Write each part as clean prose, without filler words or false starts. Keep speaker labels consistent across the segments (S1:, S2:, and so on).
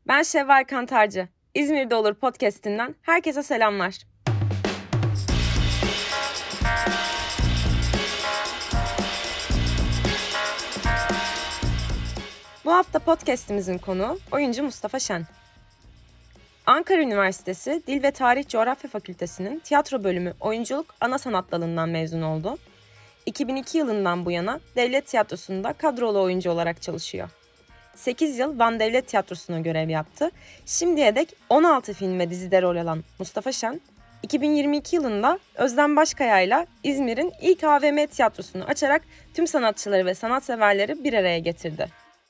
S1: Ben Şevval Kantarcı. İzmir'de Olur podcast'inden herkese selamlar. Bu hafta podcast'imizin konuğu oyuncu Mustafa Şen. Ankara Üniversitesi Dil ve Tarih Coğrafya Fakültesi'nin tiyatro bölümü oyunculuk ana sanat dalından mezun oldu. 2002 yılından bu yana Devlet Tiyatrosu'nda kadrolu oyuncu olarak çalışıyor. 8 yıl Van Devlet Tiyatrosu'na görev yaptı. Şimdiye dek 16 film ve dizide rol alan Mustafa Şen, 2022 yılında Özlem Başkaya ile İzmir'in ilk AVM tiyatrosunu açarak tüm sanatçıları ve sanatseverleri bir araya getirdi.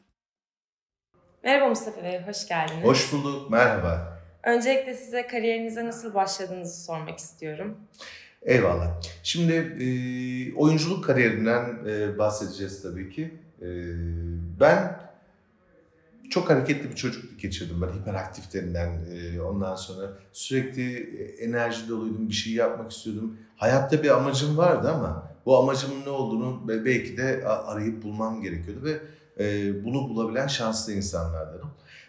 S1: Merhaba Mustafa Bey, hoş geldiniz.
S2: Hoş bulduk, merhaba.
S1: Öncelikle size kariyerinize nasıl başladığınızı sormak istiyorum.
S2: Eyvallah. Şimdi oyunculuk kariyerinden bahsedeceğiz tabii ki. Ben çok hareketli bir çocukluk geçirdim. Ben hiperaktif denilen, ondan sonra sürekli enerji doluydum, bir şey yapmak istiyordum. Hayatta bir amacım vardı ama bu amacımın ne olduğunu belki de arayıp bulmam gerekiyordu ve bunu bulabilen şanslı insanlardanım.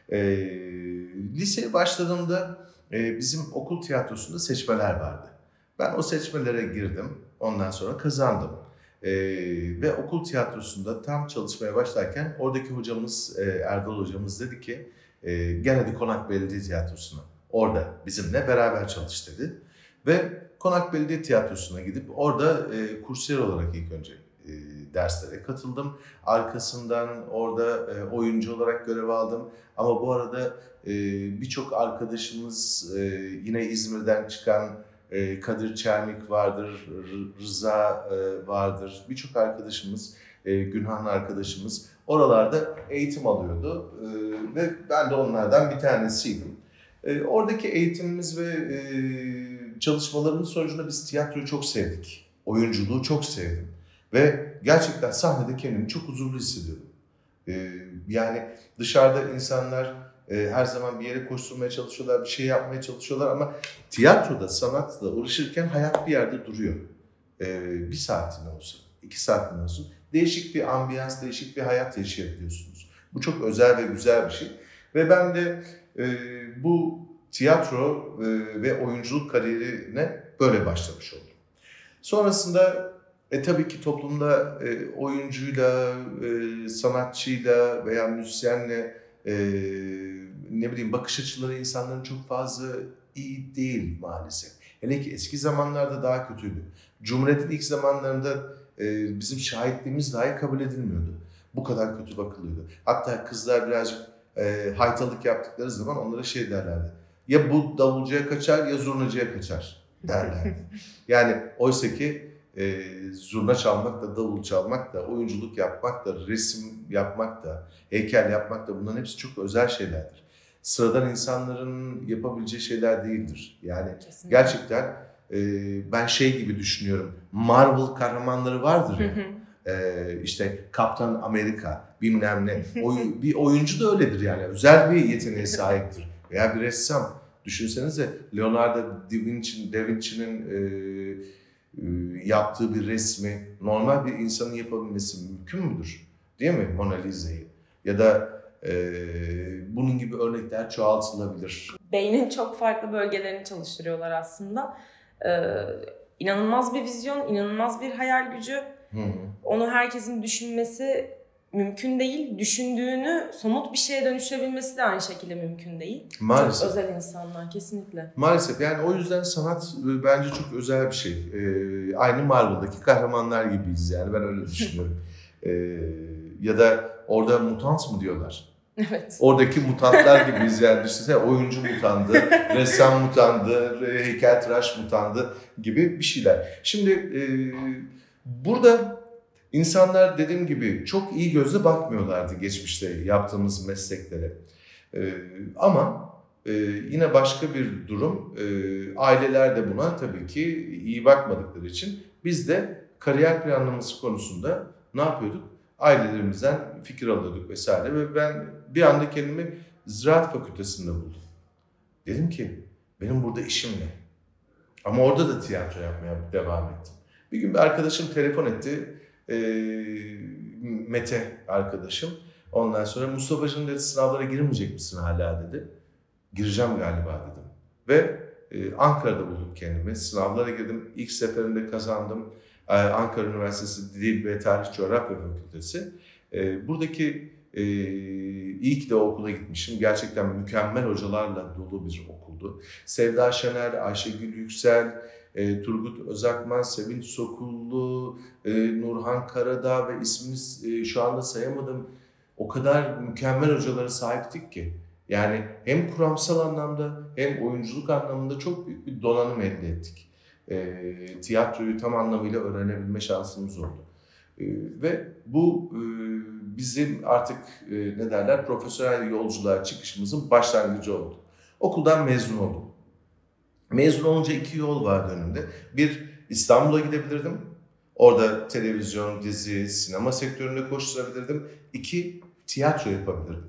S2: Liseye başladığımda bizim okul tiyatrosunda seçmeler vardı. Ben o seçmelere girdim, ondan sonra kazandım. Ve okul tiyatrosunda tam çalışmaya başlarken oradaki hocamız, Erdal hocamız dedi ki gel hadi Konak Belediye Tiyatrosu'na. Orada bizimle beraber çalış dedi. Ve Konak Belediye Tiyatrosu'na gidip orada kursiyer olarak ilk önce derslere katıldım. Arkasından orada oyuncu olarak görev aldım. Ama bu arada birçok arkadaşımız yine İzmir'den çıkan Kadir Çermik vardır, Rıza vardır. Birçok arkadaşımız, Günhan arkadaşımız oralarda eğitim alıyordu. Ve ben de onlardan bir tanesiydim. Oradaki eğitimimiz ve çalışmalarımız sonucunda biz tiyatroyu çok sevdik. Oyunculuğu çok sevdim. Ve gerçekten sahnede kendimi çok huzurlu hissediyordum. Yani dışarıda insanlar her zaman bir yere koşturmaya çalışıyorlar, bir şey yapmaya çalışıyorlar ama tiyatroda, sanatla uğraşırken hayat bir yerde duruyor. Bir saatine olsun, 2 saatine olsun değişik bir ambiyans, değişik bir hayat yaşayabiliyorsunuz. Bu çok özel ve güzel bir şey. Ve ben de bu tiyatro ve oyunculuk kariyerine böyle başlamış oldum. Sonrasında tabii ki toplumda oyuncuyla, sanatçıyla veya müzisyenle ne bileyim bakış açıları insanların çok fazla iyi değil maalesef. Hele ki eski zamanlarda daha kötüydü. Cumhuriyet'in ilk zamanlarında bizim şahitliğimiz dahi kabul edilmiyordu. Bu kadar kötü bakılıyordu. Hatta kızlar birazcık haytalık yaptıkları zaman onlara şey derlerdi. Ya bu davulcuya kaçar ya zurnacıya kaçar derlerdi. Yani oysa ki zurna çalmak da, davul çalmak da, oyunculuk yapmak da, resim yapmak da, heykel yapmak da bunların hepsi çok özel şeylerdir. Sıradan insanların yapabileceği şeyler değildir. Yani kesinlikle. Gerçekten ben şey gibi düşünüyorum. Marvel kahramanları vardır ya. İşte Kaptan Amerika bilmem ne. Bir oyuncu da öyledir yani. Özel bir yeteneğe sahiptir. Veya bir ressam. Düşünsenize Leonardo da Vinci'nin yaptığı bir resmi normal bir insanın yapabilmesi mümkün müdür? Değil mi? Mona Lisa'yı. Ya da bunun gibi örnekler çoğaltılabilir.
S1: Beynin çok farklı bölgelerini çalıştırıyorlar aslında. İnanılmaz bir vizyon, inanılmaz bir hayal gücü. Hı-hı. Onu herkesin düşünmesi mümkün değil. Düşündüğünü somut bir şeye dönüştürebilmesi de aynı şekilde mümkün değil. Maalesef. Çok özel insanlar kesinlikle.
S2: Maalesef yani o yüzden sanat bence çok özel bir şey. Aynı Marvel'daki kahramanlar gibiyiz yani ben öyle düşünüyorum. Ya da orada mutant mı diyorlar?
S1: Evet.
S2: Oradaki mutantlar gibiyiz yani düşünsene oyuncu mutandı, ressam mutandı, heykeltıraş mutandı gibi bir şeyler. Şimdi burada İnsanlar dediğim gibi çok iyi gözle bakmıyorlardı geçmişte yaptığımız mesleklere. Ama yine başka bir durum. Aileler de buna tabii ki iyi bakmadıkları için biz de kariyer planlaması konusunda ne yapıyorduk? Ailelerimizden fikir alıyorduk vesaire ve ben bir anda kendimi Ziraat Fakültesi'nde buldum. Dedim ki benim burada işim ne? Ama orada da tiyatro yapmaya devam ettim. Bir gün bir arkadaşım telefon etti. Mete arkadaşım. Ondan sonra Mustafa'cığım dedi, sınavlara girmeyecek misin hala dedi. Gireceğim galiba dedim. Ve Ankara'da buldum kendimi. Sınavlara girdim. İlk seferinde kazandım. Ankara Üniversitesi Dil ve Tarih Coğrafya Fakültesi. Buradaki iyi ki de okula gitmişim. Gerçekten mükemmel hocalarla dolu bir okuldu. Sevda Şener, Ayşegül Yüksel, Turgut Özakman, Sevinç Sokullu, Nurhan Karadağ ve ismini şu anda sayamadım. O kadar mükemmel hocalara sahiptik ki. Yani hem kuramsal anlamda hem oyunculuk anlamında çok büyük bir donanım elde ettik. Tiyatroyu tam anlamıyla öğrenebilme şansımız oldu. Ve bu bizim artık ne derler, profesyonel yolculuğa çıkışımızın başlangıcı oldu. Okuldan mezun oldum. Mezun olunca iki yol vardı önümde. Bir, İstanbul'a gidebilirdim. Orada televizyon, dizi, sinema sektöründe koşturabilirdim. İki, tiyatro yapabilirdim.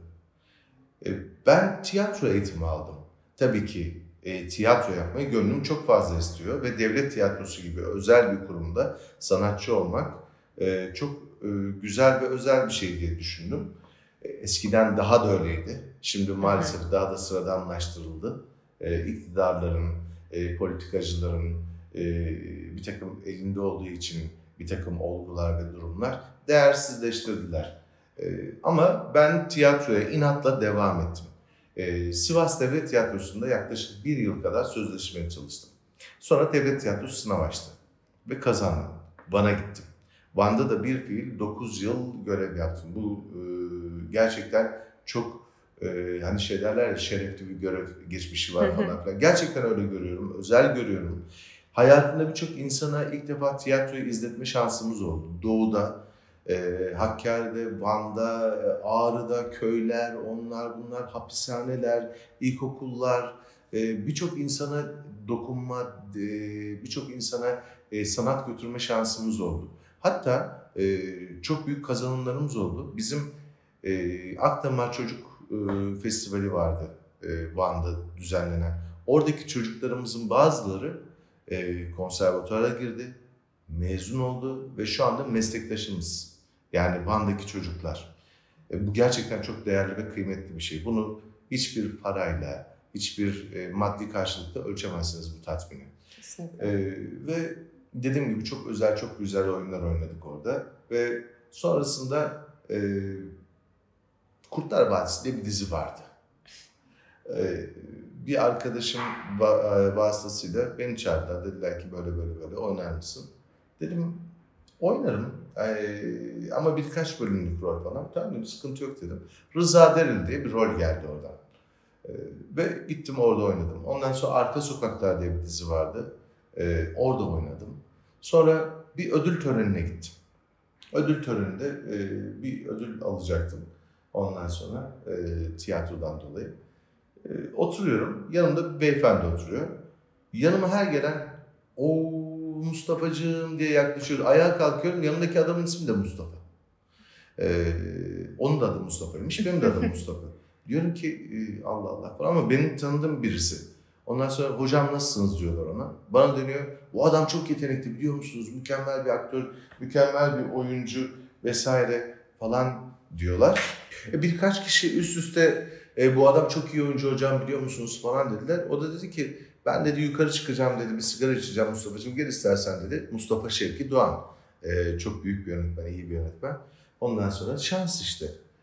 S2: Ben tiyatro eğitimi aldım. Tabii ki tiyatro yapmayı gönlüm çok fazla istiyor ve devlet tiyatrosu gibi özel bir kurumda sanatçı olmak çok güzel ve özel bir şey diye düşündüm. Eskiden daha da öyleydi. Şimdi maalesef daha da sıradanlaştırıldı. İktidarların, politikacıların bir takım elinde olduğu için bir takım olgular ve durumlar değersizleştirdiler. Ama ben tiyatroya inatla devam ettim. Sivas Devlet Tiyatrosu'nda yaklaşık bir yıl kadar sözleşmeye çalıştım. Sonra Devlet Tiyatrosu sınavı açtı ve kazandım. Van'a gittim. Van'da da bir fiil 9 yıl görev yaptım. Bu gerçekten çok hani şey derler ya, şerefli bir görev geçmişi var falan filan. Gerçekten öyle görüyorum, özel görüyorum. Hayatımda birçok insana ilk defa tiyatroyu izletme şansımız oldu. Doğu'da, Hakkari'de, Van'da, Ağrı'da, köyler, onlar bunlar, hapishaneler, ilkokullar, birçok insana dokunma, birçok insana sanat götürme şansımız oldu. Hatta çok büyük kazanımlarımız oldu. Bizim Akdamar Çocuk Festivali vardı Van'da düzenlenen. Oradaki çocuklarımızın bazıları konservatuvara girdi, mezun oldu ve şu anda meslektaşımız. Yani Van'daki çocuklar. Bu gerçekten çok değerli ve kıymetli bir şey. Bunu hiçbir parayla, hiçbir maddi karşılıkla ölçemezsiniz bu tatmini.
S1: Kesinlikle.
S2: Ve dediğim gibi çok özel, çok güzel oyunlar oynadık orada. Ve sonrasında Kurtlar Vadisi diye bir dizi vardı. Bir arkadaşım vasıtasıyla beni çağırdılar. Dediler ki böyle oynar mısın? Dedim oynarım ama birkaç bölümlük rol falan. Tamam dedim, sıkıntı yok dedim. Rıza Dereli diye bir rol geldi oradan. Ve gittim orada oynadım. Ondan sonra Arka Sokaklar diye bir dizi vardı. Orada oynadım. Sonra bir ödül törenine gittim. Ödül töreninde bir ödül alacaktım. Ondan sonra tiyatrodan dolayı. Oturuyorum. Yanımda bir beyefendi oturuyor. Yanıma her gelen o Mustafa'cığım diye yaklaşıyor. Ayağa kalkıyorum. Yanındaki adamın ismi de Mustafa. Onun da adı Mustafa'ymış. Benim de adım Mustafa. Diyorum ki Allah Allah falan ama benim tanıdığım birisi. Ondan sonra hocam nasılsınız diyorlar ona. Bana dönüyor. Bu adam çok yetenekli biliyor musunuz? Mükemmel bir aktör, mükemmel bir oyuncu vesaire falan diyorlar. Birkaç kişi üst üste bu adam çok iyi oyuncu hocam biliyor musunuz falan dediler. O da dedi ki ben dedi yukarı çıkacağım dedi, bir sigara içeceğim Mustafa'cığım gel istersen dedi. Mustafa Şevki Doğan. Çok büyük bir yönetmen, iyi bir yönetmen. Ondan sonra şans işte.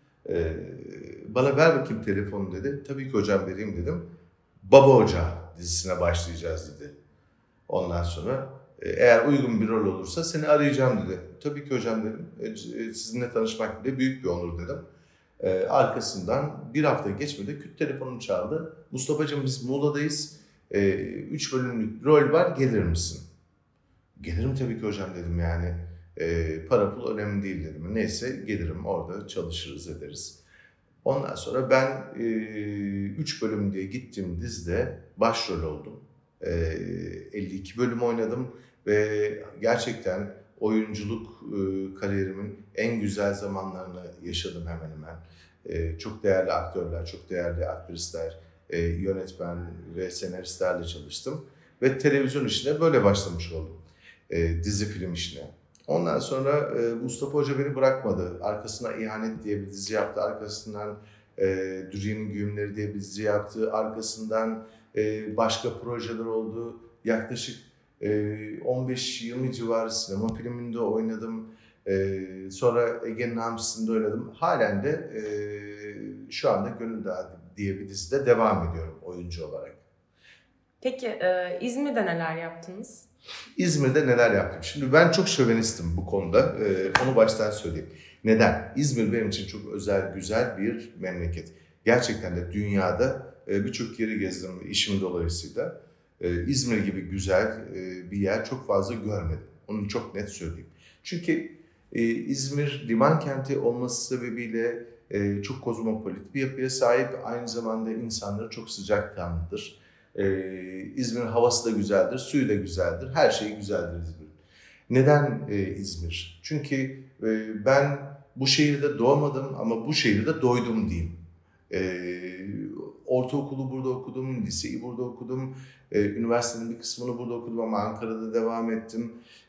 S2: Bana ver bakayım telefonu dedi. Tabii ki hocam vereyim dedim. Baba Ocağı dizisine başlayacağız dedi. Ondan sonra eğer uygun bir rol olursa seni arayacağım dedi. Tabii ki hocam dedim. Sizinle tanışmak bile büyük bir onur dedim. Arkasından bir hafta geçmedi küt telefonum çaldı. Mustafa'cığım biz Muğla'dayız. 3 bölümlük rol var gelir misin? Gelirim tabii ki hocam dedim yani. Para pul önemli değil dedim. Neyse gelirim orada çalışırız ederiz. Ondan sonra ben 3 bölüm diye gittiğim dizide başrol oldum. 52 bölüm oynadım ve gerçekten oyunculuk kariyerimin en güzel zamanlarını yaşadım hemen hemen. Çok değerli aktörler, çok değerli aktrisler, yönetmen ve senaristlerle çalıştım. Ve televizyon işine böyle başlamış oldum. Dizi film işine. Ondan sonra Mustafa Hoca beni bırakmadı. Arkasına İhanet diye bir dizi yaptı. Arkasından Dürüye'nin Güğümleri diye bir dizi yaptı. Arkasından başka projeler oldu. Yaklaşık 15-20 civarı sinema filminde oynadım. Sonra Ege'nin Hamsisi'nde oynadım. Halen de şu anda Gönül Dağı diye bir dizide devam ediyorum oyuncu olarak.
S1: Peki İzmir'de neler yaptınız?
S2: İzmir'de neler yaptım? Şimdi ben çok şövenistim bu konuda. Onu baştan söyleyeyim. Neden? İzmir benim için çok özel, güzel bir memleket. Gerçekten de dünyada birçok yeri gezdim işim dolayısıyla. İzmir gibi güzel bir yer çok fazla görmedim. Onu çok net söyleyeyim. Çünkü İzmir liman kenti olması sebebiyle çok kozmopolit bir yapıya sahip. Aynı zamanda insanları çok sıcakkanlıdır. İzmir'in havası da güzeldir, suyu da güzeldir, her şey güzeldir İzmir. Neden İzmir? Çünkü ben bu şehirde doğmadım ama bu şehirde doydum diyeyim. Ortaokulu burada okudum, liseyi burada okudum, üniversitenin bir kısmını burada okudum ama Ankara'da devam ettim.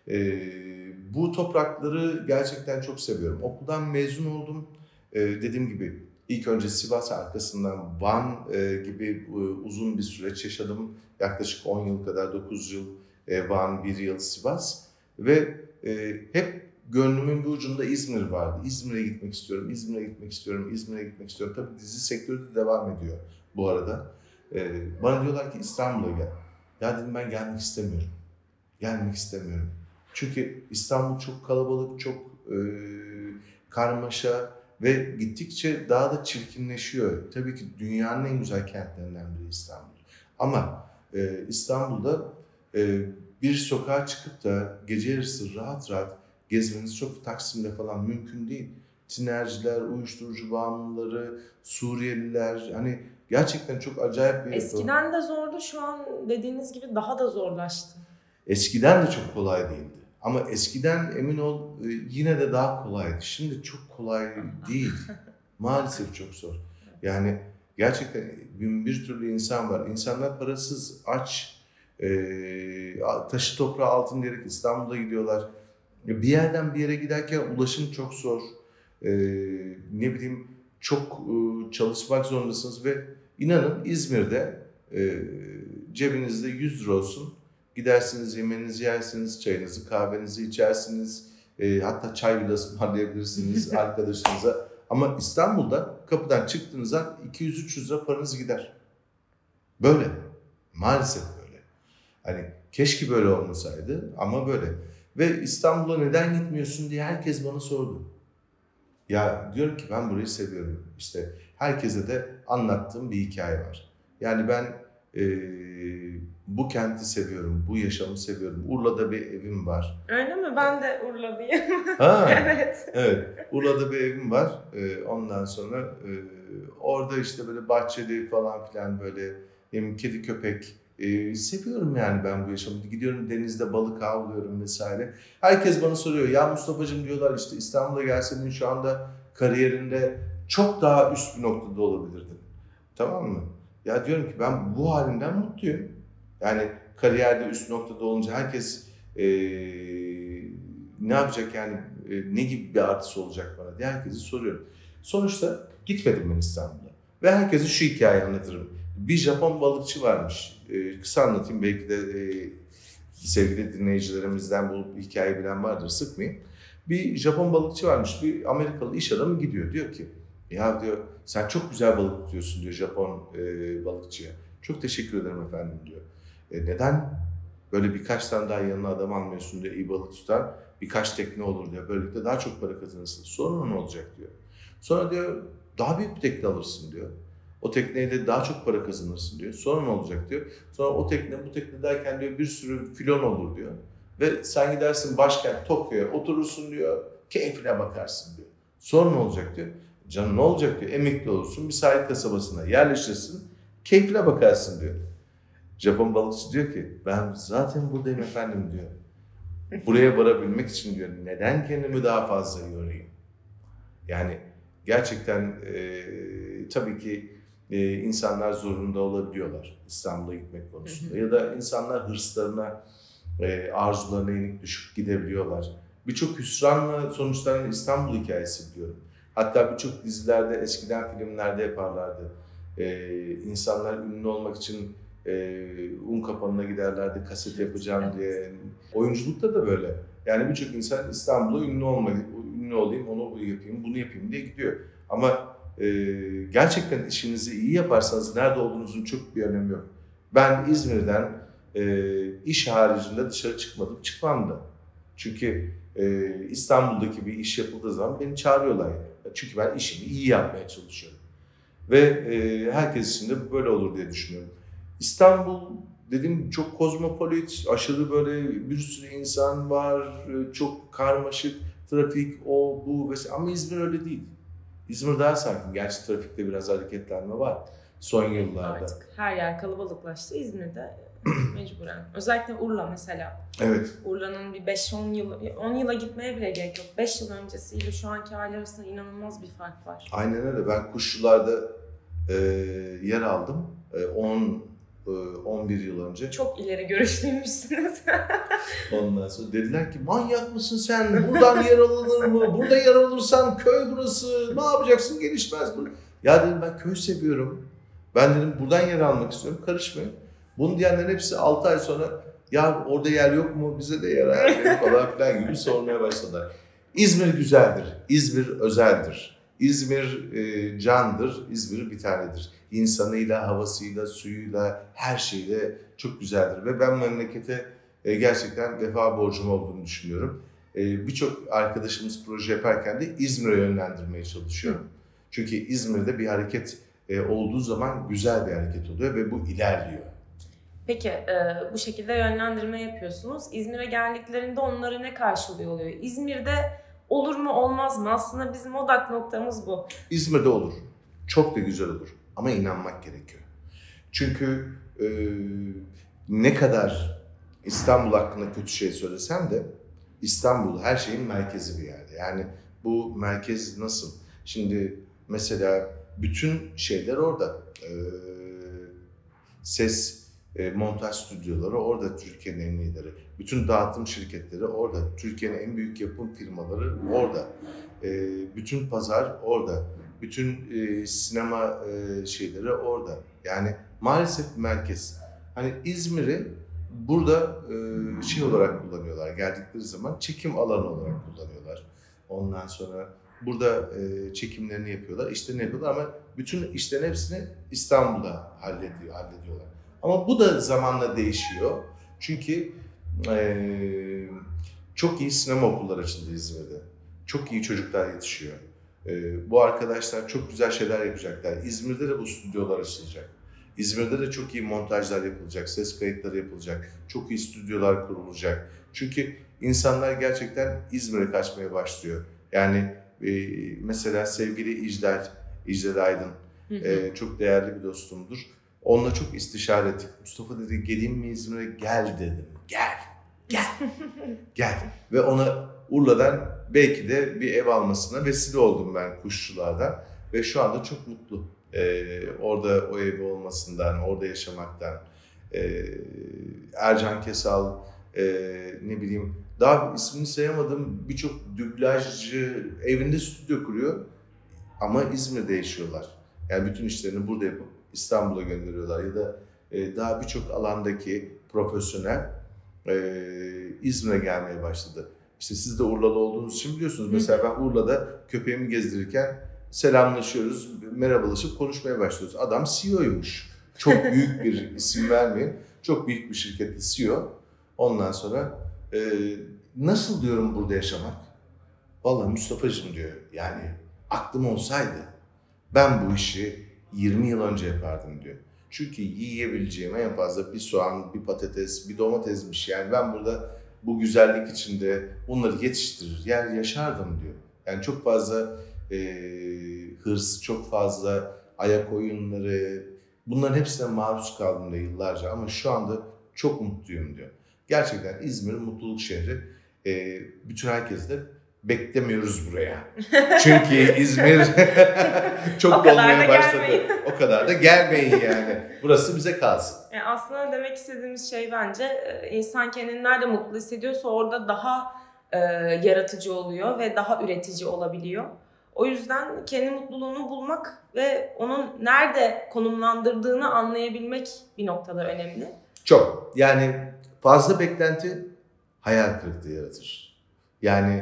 S2: Bu toprakları gerçekten çok seviyorum. Okuldan mezun oldum. Dediğim gibi ilk önce Sivas, arkasından Van gibi uzun bir süreç yaşadım. Yaklaşık 10 yıl kadar, 9 yıl Van, 1 yıl Sivas. Ve hep gönlümün bir ucunda İzmir vardı. İzmir'e gitmek istiyorum, İzmir'e gitmek istiyorum, İzmir'e gitmek istiyorum. Tabii dizi sektörü de devam ediyor bu arada. Bana diyorlar ki İstanbul'a gel. Ya dedim ben gelmek istemiyorum. Gelmek istemiyorum. Çünkü İstanbul çok kalabalık, çok karmaşa ve gittikçe daha da çirkinleşiyor. Tabii ki dünyanın en güzel kentlerinden biri İstanbul. Ama İstanbul'da bir sokağa çıkıp da gece yarısı rahat rahat gezmeniz çok Taksim'de falan mümkün değil. Tinerciler, uyuşturucu bağımlıları, Suriyeliler, hani gerçekten çok acayip bir yapı.
S1: Eskiden de zordu, şu an dediğiniz gibi daha da zorlaştı.
S2: Eskiden de çok kolay değildi. Ama eskiden emin ol yine de daha kolaydı. Şimdi çok kolay değil. Maalesef çok zor. Yani gerçekten bin bir türlü insan var. İnsanlar parasız, aç, taşı toprağı altın diyerek İstanbul'a gidiyorlar. Bir yerden bir yere giderken ulaşım çok zor. Ne bileyim çok çalışmak zorundasınız ve inanın İzmir'de cebinizde 100 lira olsun. Gidersiniz, yemeğinizi yersiniz, çayınızı, kahvenizi içersiniz. Hatta çay bile ısmarlayabilirsiniz arkadaşınıza. Ama İstanbul'da kapıdan çıktığınızda 200-300 lira paranız gider. Böyle. Maalesef böyle. Hani keşke böyle olmasaydı ama böyle. Ve İstanbul'a neden gitmiyorsun diye herkes bana sordu. Ya diyorum ki ben burayı seviyorum. İşte herkese de anlattığım bir hikaye var. Yani ben bu kenti seviyorum, bu yaşamı seviyorum. Urla'da bir evim var.
S1: Öyle mi? Ben de Urla'dayım.
S2: Ha,
S1: Evet.
S2: evet. Urla'da bir evim var. Ondan sonra orada işte böyle bahçeli falan filan böyle kedi köpek seviyorum yani ben bu yaşamı. Gidiyorum denizde balık avlıyorum vesaire. Herkes bana soruyor ya Mustafa'cığım diyorlar işte İstanbul'a gelsenin şu anda kariyerinde çok daha üst bir noktada olabilirdin. Tamam mı? Ya diyorum ki ben bu halimden mutluyum. Yani kariyerde üst noktada olunca herkes ne yapacak yani ne gibi bir artısı olacak bana diye herkese soruyorum. Sonuçta gitmedim ben İstanbul'a. Ve herkese şu hikayeyi anlatırım. Bir Japon balıkçı varmış. Kısa anlatayım belki de sevgili dinleyicilerimizden bu hikayeyi bilen vardır sıkmayayım. Bir Japon balıkçı varmış. Bir Amerikalı iş adamı gidiyor. Diyor ki ya diyor sen çok güzel balık tutuyorsun diyor Japon balıkçıya. Çok teşekkür ederim efendim diyor. Neden böyle birkaç tane daha yanına adam almıyorsun diyor iyi balık tutar. Birkaç tekne olur diyor. Böylelikle daha çok para kazanırsın. Sonra ne olacak diyor. Sonra diyor daha büyük bir tekne alırsın diyor. O tekneyle daha çok para kazanırsın diyor. Sonra ne olacak diyor. Sonra o tekne bu tekne derken diyor bir sürü filon olur diyor. Ve sen gidersin başkent Tokyo'ya oturursun diyor. Keyfine bakarsın diyor. Sonra ne olacak diyor. Canım ne olacak diyor. Emekli olursun bir sahil kasabasına yerleşirsin. Keyfine bakarsın diyor. Japon balıkçı diyor ki ben zaten buradayım efendim diyor. Buraya varabilmek için diyor neden kendimi daha fazla yorayım? Yani gerçekten tabii ki insanlar zorunda olabiliyorlar İstanbul'a gitmek konusunda. Ya da insanlar hırslarına, arzularına yenik düşüp gidebiliyorlar. birçok hüsranla sonuçlanan İstanbul hikayesi biliyorum. Hatta birçok dizilerde, eskiden filmlerde yaparlardı. İnsanlar ünlü olmak için un kapanına giderlerdi, kaset yapacağım diye. Oyunculukta da böyle. Yani birçok insan İstanbul'a ünlü olayım, onu yapayım, bunu yapayım diye gidiyor. Ama gerçekten işinizi iyi yaparsanız nerede olduğunuzun çok bir önemi yok. Ben İzmir'den iş haricinde dışarı çıkmam da. Çünkü İstanbul'daki bir iş yapıldığı zaman beni çağırıyorlar. Çünkü ben işimi iyi yapmaya çalışıyorum. Ve herkes için de böyle olur diye düşünüyorum. İstanbul dedim çok kozmopolit, aşırı böyle bir sürü insan var, çok karmaşık, trafik, o, bu vesaire. Ama İzmir öyle değil. İzmir daha sakin. Gerçi trafikte biraz hareketlenme var son yıllarda.
S1: Artık her yer kalabalıklaştı İzmir'de mecburen. Özellikle Urla mesela.
S2: Evet.
S1: Urla'nın bir 5-10 yıl, 10 yıla gitmeye bile gerek yok. 5 yıl öncesiyle şu anki hali arasında inanılmaz bir fark var.
S2: Aynen öyle. Ben Kuşçular'da yer aldım. 11 yıl önce.
S1: Çok ileri görüşlüymüşsünüz.
S2: Ondan sonra dediler ki manyak mısın sen? Buradan yer alınır mı? Burada yer alırsan köy burası. Ne yapacaksın? Gelişmez mi? Ya dedim ben köy seviyorum. Ben dedim buradan yer almak istiyorum. Karışmayın. Bunu diyenlerin hepsi 6 ay sonra ya orada yer yok mu? Bize de yer ayarlayın falan filan gibi sormaya başladılar. İzmir güzeldir. İzmir özeldir. İzmir candır. İzmir bir tanedir. İnsanıyla, havasıyla, suyuyla, her şeyle çok güzeldir. Ve ben memlekete gerçekten vefa borcum olduğunu düşünüyorum. Birçok arkadaşımız proje yaparken de İzmir'e yönlendirmeye çalışıyorum. Çünkü İzmir'de bir hareket olduğu zaman güzel bir hareket oluyor ve bu ilerliyor.
S1: Peki bu şekilde yönlendirme yapıyorsunuz. İzmir'e geldiklerinde onları ne karşılıyor oluyor? İzmir'de olur mu olmaz mı? Aslında bizim odak noktamız bu.
S2: İzmir'de olur. Çok da güzel olur. Ama inanmak gerekiyor. Çünkü ne kadar İstanbul hakkında kötü şey söylesem de İstanbul her şeyin merkezi bir yerde. Yani bu merkez nasıl? Şimdi mesela bütün şeyler orada. Ses, montaj stüdyoları orada, Türkiye'nin en iyileri. Bütün dağıtım şirketleri orada. Türkiye'nin en büyük yapım firmaları orada. Bütün pazar orada. Bütün sinema şeyleri orada. Yani maalesef merkez. Hani İzmir'i burada şey olarak kullanıyorlar. Geldikleri zaman çekim alanı olarak kullanıyorlar. Ondan sonra burada çekimlerini yapıyorlar, işlerini yapıyorlar ama bütün işlerin hepsini İstanbul'da hallediyorlar. Ama bu da zamanla değişiyor. Çünkü çok iyi sinema okulları açıldı İzmir'de. Çok iyi çocuklar yetişiyor. Bu arkadaşlar çok güzel şeyler yapacaklar. İzmir'de de bu stüdyolar açılacak. İzmir'de de çok iyi montajlar yapılacak, ses kayıtları yapılacak, çok iyi stüdyolar kurulacak. Çünkü insanlar gerçekten İzmir'e kaçmaya başlıyor. Yani mesela sevgili İclal Aydın, çok değerli bir dostumdur. Onunla çok istişare ettik. Mustafa dedi geleyim mi İzmir'e? Gel dedim. Gel. Ve ona Urla'dan belki de bir ev almasına vesile oldum ben Kuşçular'dan. Ve şu anda çok mutlu. Orada o evi olmasından, orada yaşamaktan. Ercan Kesal, ne bileyim daha ismini sayamadığım birçok dublajcı evinde stüdyo kuruyor. Ama İzmir'de yaşıyorlar. Yani bütün işlerini burada yapıp İstanbul'a gönderiyorlar. Ya da daha birçok alandaki profesyonel İzmir'e gelmeye başladı. İşte siz de Urlalı olduğunuz için biliyorsunuz. Mesela ben Urla'da köpeğimi gezdirirken selamlaşıyoruz, merhabalaşıp konuşmaya başlıyoruz. Adam CEO'ymuş. Çok büyük bir isim vermeyin. Çok büyük bir şirkette CEO. Ondan sonra nasıl diyorum burada yaşamak? Vallahi Mustafa'cığım diyor. Yani aklım olsaydı ben bu işi 20 yıl önce yapardım diyor. Çünkü yiyebileceğim en fazla bir soğan, bir patates, bir domatesmiş. Yani ben burada bu güzellik içinde bunları yetiştirir, yaşardım diyor. Yani çok fazla hırs, çok fazla ayak oyunları, bunların hepsine maruz kaldım da yıllarca ama şu anda çok mutluyum diyor. Gerçekten İzmir mutluluk şehri. Bütün herkes de beklemiyoruz buraya. Çünkü İzmir çok dolmaya başladı. O kadar da gelmeyin yani. Burası bize kalsın.
S1: Aslında demek istediğimiz şey bence insan kendini nerede mutlu hissediyorsa orada daha yaratıcı oluyor ve daha üretici olabiliyor. O yüzden kendi mutluluğunu bulmak ve onun nerede konumlandırdığını anlayabilmek bir noktada önemli.
S2: Çok. Yani fazla beklenti hayal kırıklığı yaratır. Yani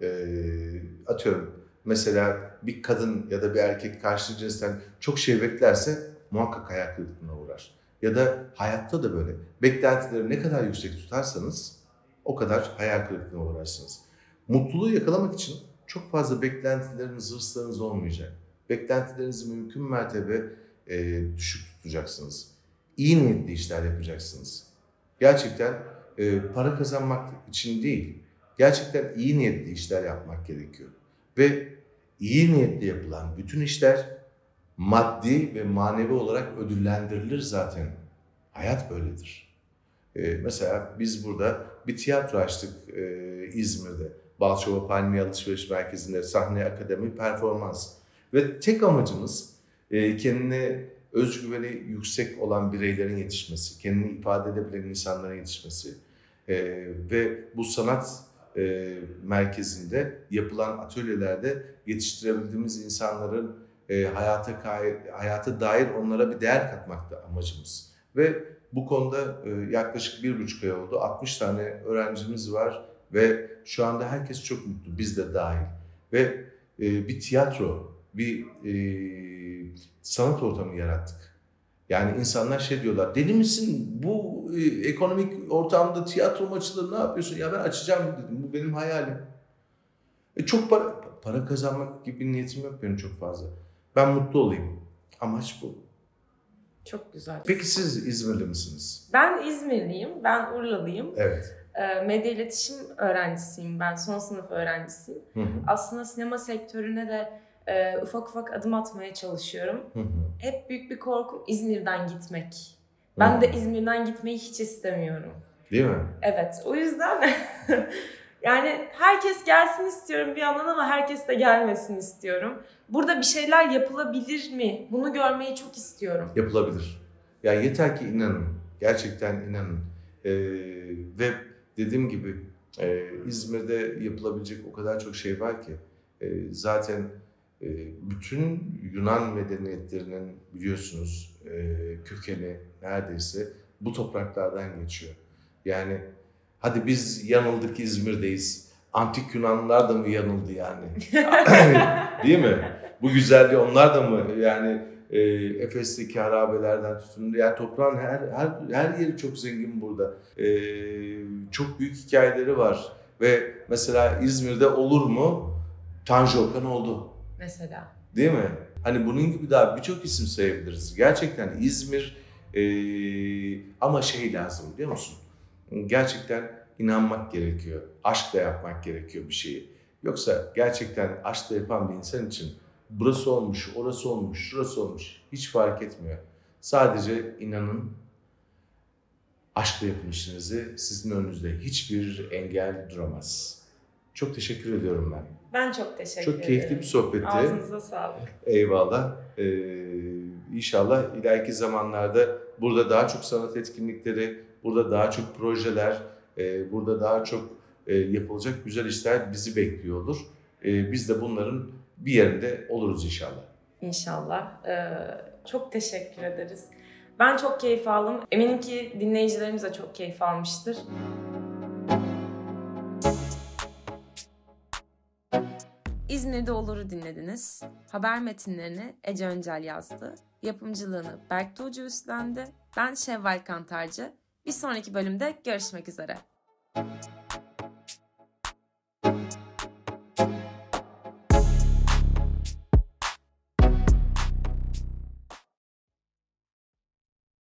S2: atıyorum mesela bir kadın ya da bir erkek karşı cinsten çok şey beklerse muhakkak hayal kırıklığına uğrar. Ya da hayatta da böyle. Beklentileri ne kadar yüksek tutarsanız o kadar hayal kırıklığına uğrarsınız. Mutluluğu yakalamak için çok fazla beklentileriniz, hırslarınız olmayacak. Beklentilerinizi mümkün mertebe düşük tutacaksınız. İyi niyetli işler yapacaksınız. Gerçekten para kazanmak için değil, gerçekten iyi niyetli işler yapmak gerekiyor. Ve iyi niyetli yapılan bütün işler maddi ve manevi olarak ödüllendirilir zaten. Hayat böyledir. Mesela biz burada bir tiyatro açtık İzmir'de. Balçova Palmiye Alışveriş Merkezi'nde sahne, akademi, performans. Ve tek amacımız kendine özgüveni yüksek olan bireylerin yetişmesi, kendini ifade edebilen insanların yetişmesi. Ve bu sanat merkezinde yapılan atölyelerde yetiştirebildiğimiz insanların hayata dair onlara bir değer katmak da amacımız. Ve bu konuda yaklaşık 1,5 ay oldu. 60 tane öğrencimiz var ve şu anda herkes çok mutlu, biz de dahil. Ve bir tiyatro, bir sanat ortamı yarattık. Yani insanlar şey diyorlar, deli misin? Bu ekonomik ortamda tiyatro mu açılır, ne yapıyorsun? Ya ben açacağım dedim, bu benim hayalim. Çok para kazanmak gibi bir niyetim yok benim çok fazla. Ben mutlu olayım. Amaç bu.
S1: Çok güzel.
S2: Peki siz İzmirli misiniz?
S1: Ben İzmirliyim, ben Urlalıyım.
S2: Evet.
S1: Medya iletişim öğrencisiyim, ben son sınıf öğrencisiyim.
S2: Hı hı.
S1: Aslında sinema sektörüne de ufak ufak adım atmaya çalışıyorum.
S2: Hı hı.
S1: Hep büyük bir korkum İzmir'den gitmek. Ben de İzmir'den gitmeyi hiç istemiyorum.
S2: Değil mi?
S1: Evet, o yüzden yani herkes gelsin istiyorum bir yandan ama herkes de gelmesin istiyorum. Burada bir şeyler yapılabilir mi? Bunu görmeyi çok istiyorum.
S2: Yapılabilir. Yani yeter ki inanın. Gerçekten inanın. Ve dediğim gibi İzmir'de yapılabilecek o kadar çok şey var ki. Zaten bütün Yunan medeniyetlerinin biliyorsunuz kökeni neredeyse bu topraklardan geçiyor. Yani hadi biz yanıldık, İzmir'deyiz. Antik Yunanlılar da mı yanıldı yani? Değil mi? Bu güzelliği onlar da mı yani Efes'teki harabelerden tutun. Yani toprağın her yeri çok zengin burada. Çok büyük hikayeleri var. Ve mesela İzmir'de olur mu? Tanju Okan oldu.
S1: Mesela.
S2: Değil mi? Hani bunun gibi daha birçok isim sayabiliriz. Gerçekten İzmir ama şey lazım biliyor musun? Gerçekten inanmak gerekiyor. Aşkla yapmak gerekiyor bir şeyi. Yoksa gerçekten aşkla yapan bir insan için burası olmuş, orası olmuş, şurası olmuş hiç fark etmiyor. Sadece inanın, aşkla yapın işinizi. Sizin önünüzde hiçbir engel duramaz. Çok teşekkür ediyorum ben.
S1: Ben çok teşekkür ederim.
S2: Çok keyifli bir sohbetti.
S1: Ağzınıza sağlık.
S2: Eyvallah. İnşallah ileriki zamanlarda burada daha çok sanat etkinlikleri, burada daha çok projeler, burada daha çok yapılacak güzel işler bizi bekliyor olur. Biz de bunların bir yerinde oluruz inşallah.
S1: İnşallah. Çok teşekkür ederiz. Ben çok keyif aldım. Eminim ki dinleyicilerimiz de çok keyif almıştır. İzmir'de Olur'u dinlediniz. Haber metinlerini Ece Öncel yazdı. Yapımcılığını Berk Tuğcu üstlendi. Ben Şevval Kantarcı. Bir sonraki bölümde görüşmek üzere.